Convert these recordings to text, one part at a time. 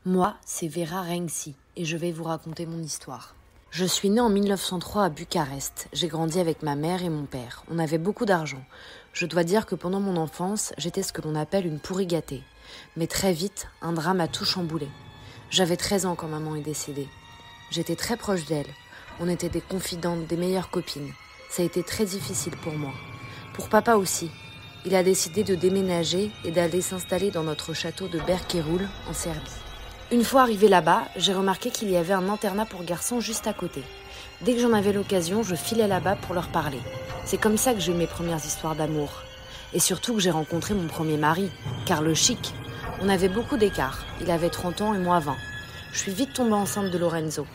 Moi, c'est Vera Renksi et je vais vous raconter mon histoire. Je suis née en 1903 à Bucarest. J'ai grandi avec ma mère et mon père. On avait beaucoup d'argent. Je dois dire que pendant mon enfance, j'étais ce que l'on appelle une pourrie gâtée. Mais très vite, un drame a tout chamboulé. J'avais 13 ans quand maman est décédée. J'étais très proche d'elle. On était des confidentes, des meilleures copines. Ça a été très difficile pour moi. Pour papa aussi. Il a décidé de déménager et d'aller s'installer dans notre château de Berkeroul, en Serbie. Une fois arrivée là-bas, j'ai remarqué qu'il y avait un internat pour garçons juste à côté. Dès que j'en avais l'occasion, je filais là-bas pour leur parler. C'est comme ça que j'ai eu mes premières histoires d'amour. Et surtout que j'ai rencontré mon premier mari, Karl Chic. On avait beaucoup d'écart. Il avait 30 ans et moi 20. Je suis vite tombée enceinte de Lorenzo.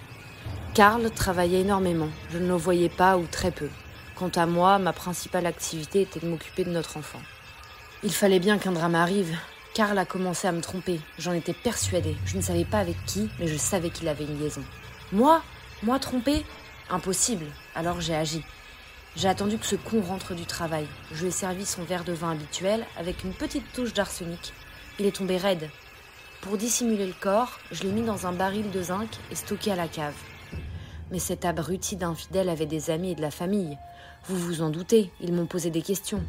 Karl travaillait énormément. Je ne le voyais pas ou très peu. Quant à moi, ma principale activité était de m'occuper de notre enfant. Il fallait bien qu'un drame arrive. Karl a commencé à me tromper. J'en étais persuadée. Je ne savais pas avec qui, mais je savais qu'il avait une liaison. Moi tromper? Impossible. Alors j'ai agi. J'ai attendu que ce con rentre du travail. Je lui ai servi son verre de vin habituel avec une petite touche d'arsenic. Il est tombé raide. Pour dissimuler le corps, je l'ai mis dans un baril de zinc et stocké à la cave. Mais cet abruti d'infidèle avait des amis et de la famille. Vous vous en doutez, ils m'ont posé des questions.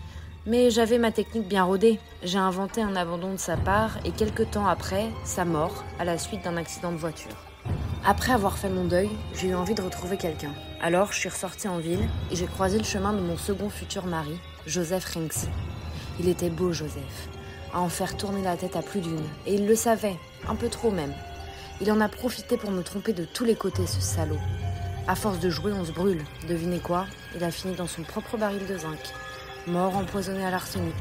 Mais j'avais ma technique bien rodée. J'ai inventé un abandon de sa part et quelques temps après, sa mort, à la suite d'un accident de voiture. Après avoir fait mon deuil, j'ai eu envie de retrouver quelqu'un. Alors je suis ressortie en ville et j'ai croisé le chemin de mon second futur mari, Joseph Renksi. Il était beau, Joseph, à en faire tourner la tête à plus d'une. Et il le savait, un peu trop même. Il en a profité pour me tromper de tous les côtés, ce salaud. À force de jouer, on se brûle. Devinez quoi? Il a fini dans son propre baril de zinc. Mort empoisonné à l'arsenic.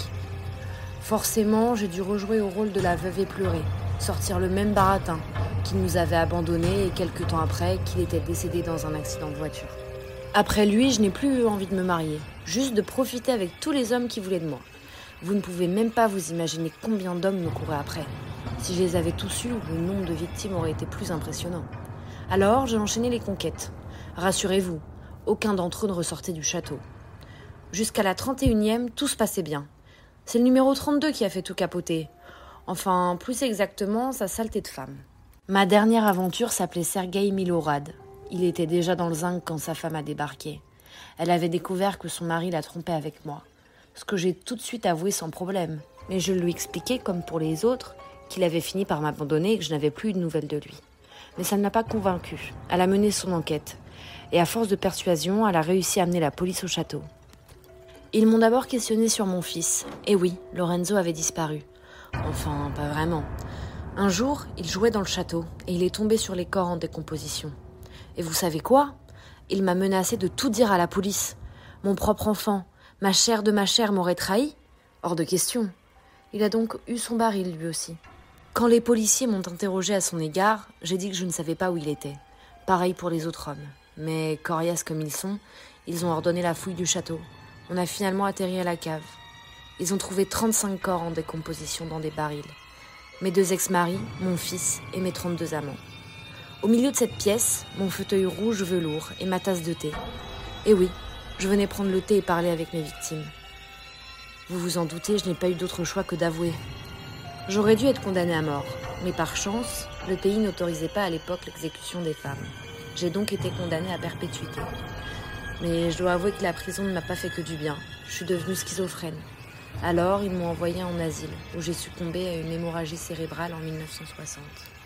Forcément, j'ai dû rejouer au rôle de la veuve éplorée, sortir le même baratin qui nous avait abandonnés et quelques temps après, qu'il était décédé dans un accident de voiture. Après lui, je n'ai plus eu envie de me marier, juste de profiter avec tous les hommes qui voulaient de moi. Vous ne pouvez même pas vous imaginer combien d'hommes me couraient après. Si je les avais tous eus, le nombre de victimes aurait été plus impressionnant. Alors, j'ai enchaîné les conquêtes. Rassurez-vous, aucun d'entre eux ne ressortait du château. Jusqu'à la 31e, tout se passait bien. C'est le numéro 32 qui a fait tout capoter. Enfin, plus exactement, sa saleté de femme. Ma dernière aventure s'appelait Sergueï Milorad. Il était déjà dans le zinc quand sa femme a débarqué. Elle avait découvert que son mari la trompait avec moi. Ce que j'ai tout de suite avoué sans problème. Mais je lui expliquais, comme pour les autres, qu'il avait fini par m'abandonner et que je n'avais plus eu de nouvelles de lui. Mais ça ne m'a pas convaincue. Elle a mené son enquête. Et à force de persuasion, elle a réussi à amener la police au château. Ils m'ont d'abord questionné sur mon fils. Et oui, Lorenzo avait disparu. Enfin, pas vraiment. Un jour, il jouait dans le château et il est tombé sur les corps en décomposition. Et vous savez quoi? Il m'a menacé de tout dire à la police. Mon propre enfant, ma chair de ma chair m'aurait trahi? Hors de question. Il a donc eu son baril lui aussi. Quand les policiers m'ont interrogé à son égard, j'ai dit que je ne savais pas où il était. Pareil pour les autres hommes. Mais coriaces comme ils sont, ils ont ordonné la fouille du château. On a finalement atterri à la cave. Ils ont trouvé 35 corps en décomposition dans des barils. Mes 2 ex-maris, mon fils et mes 32 amants. Au milieu de cette pièce, mon fauteuil rouge velours et ma tasse de thé. Et oui, je venais prendre le thé et parler avec mes victimes. Vous vous en doutez, je n'ai pas eu d'autre choix que d'avouer. J'aurais dû être condamnée à mort, mais par chance, le pays n'autorisait pas à l'époque l'exécution des femmes. J'ai donc été condamnée à perpétuité. Mais je dois avouer que la prison ne m'a pas fait que du bien. Je suis devenue schizophrène. Alors, ils m'ont envoyée en asile, où j'ai succombé à une hémorragie cérébrale en 1960.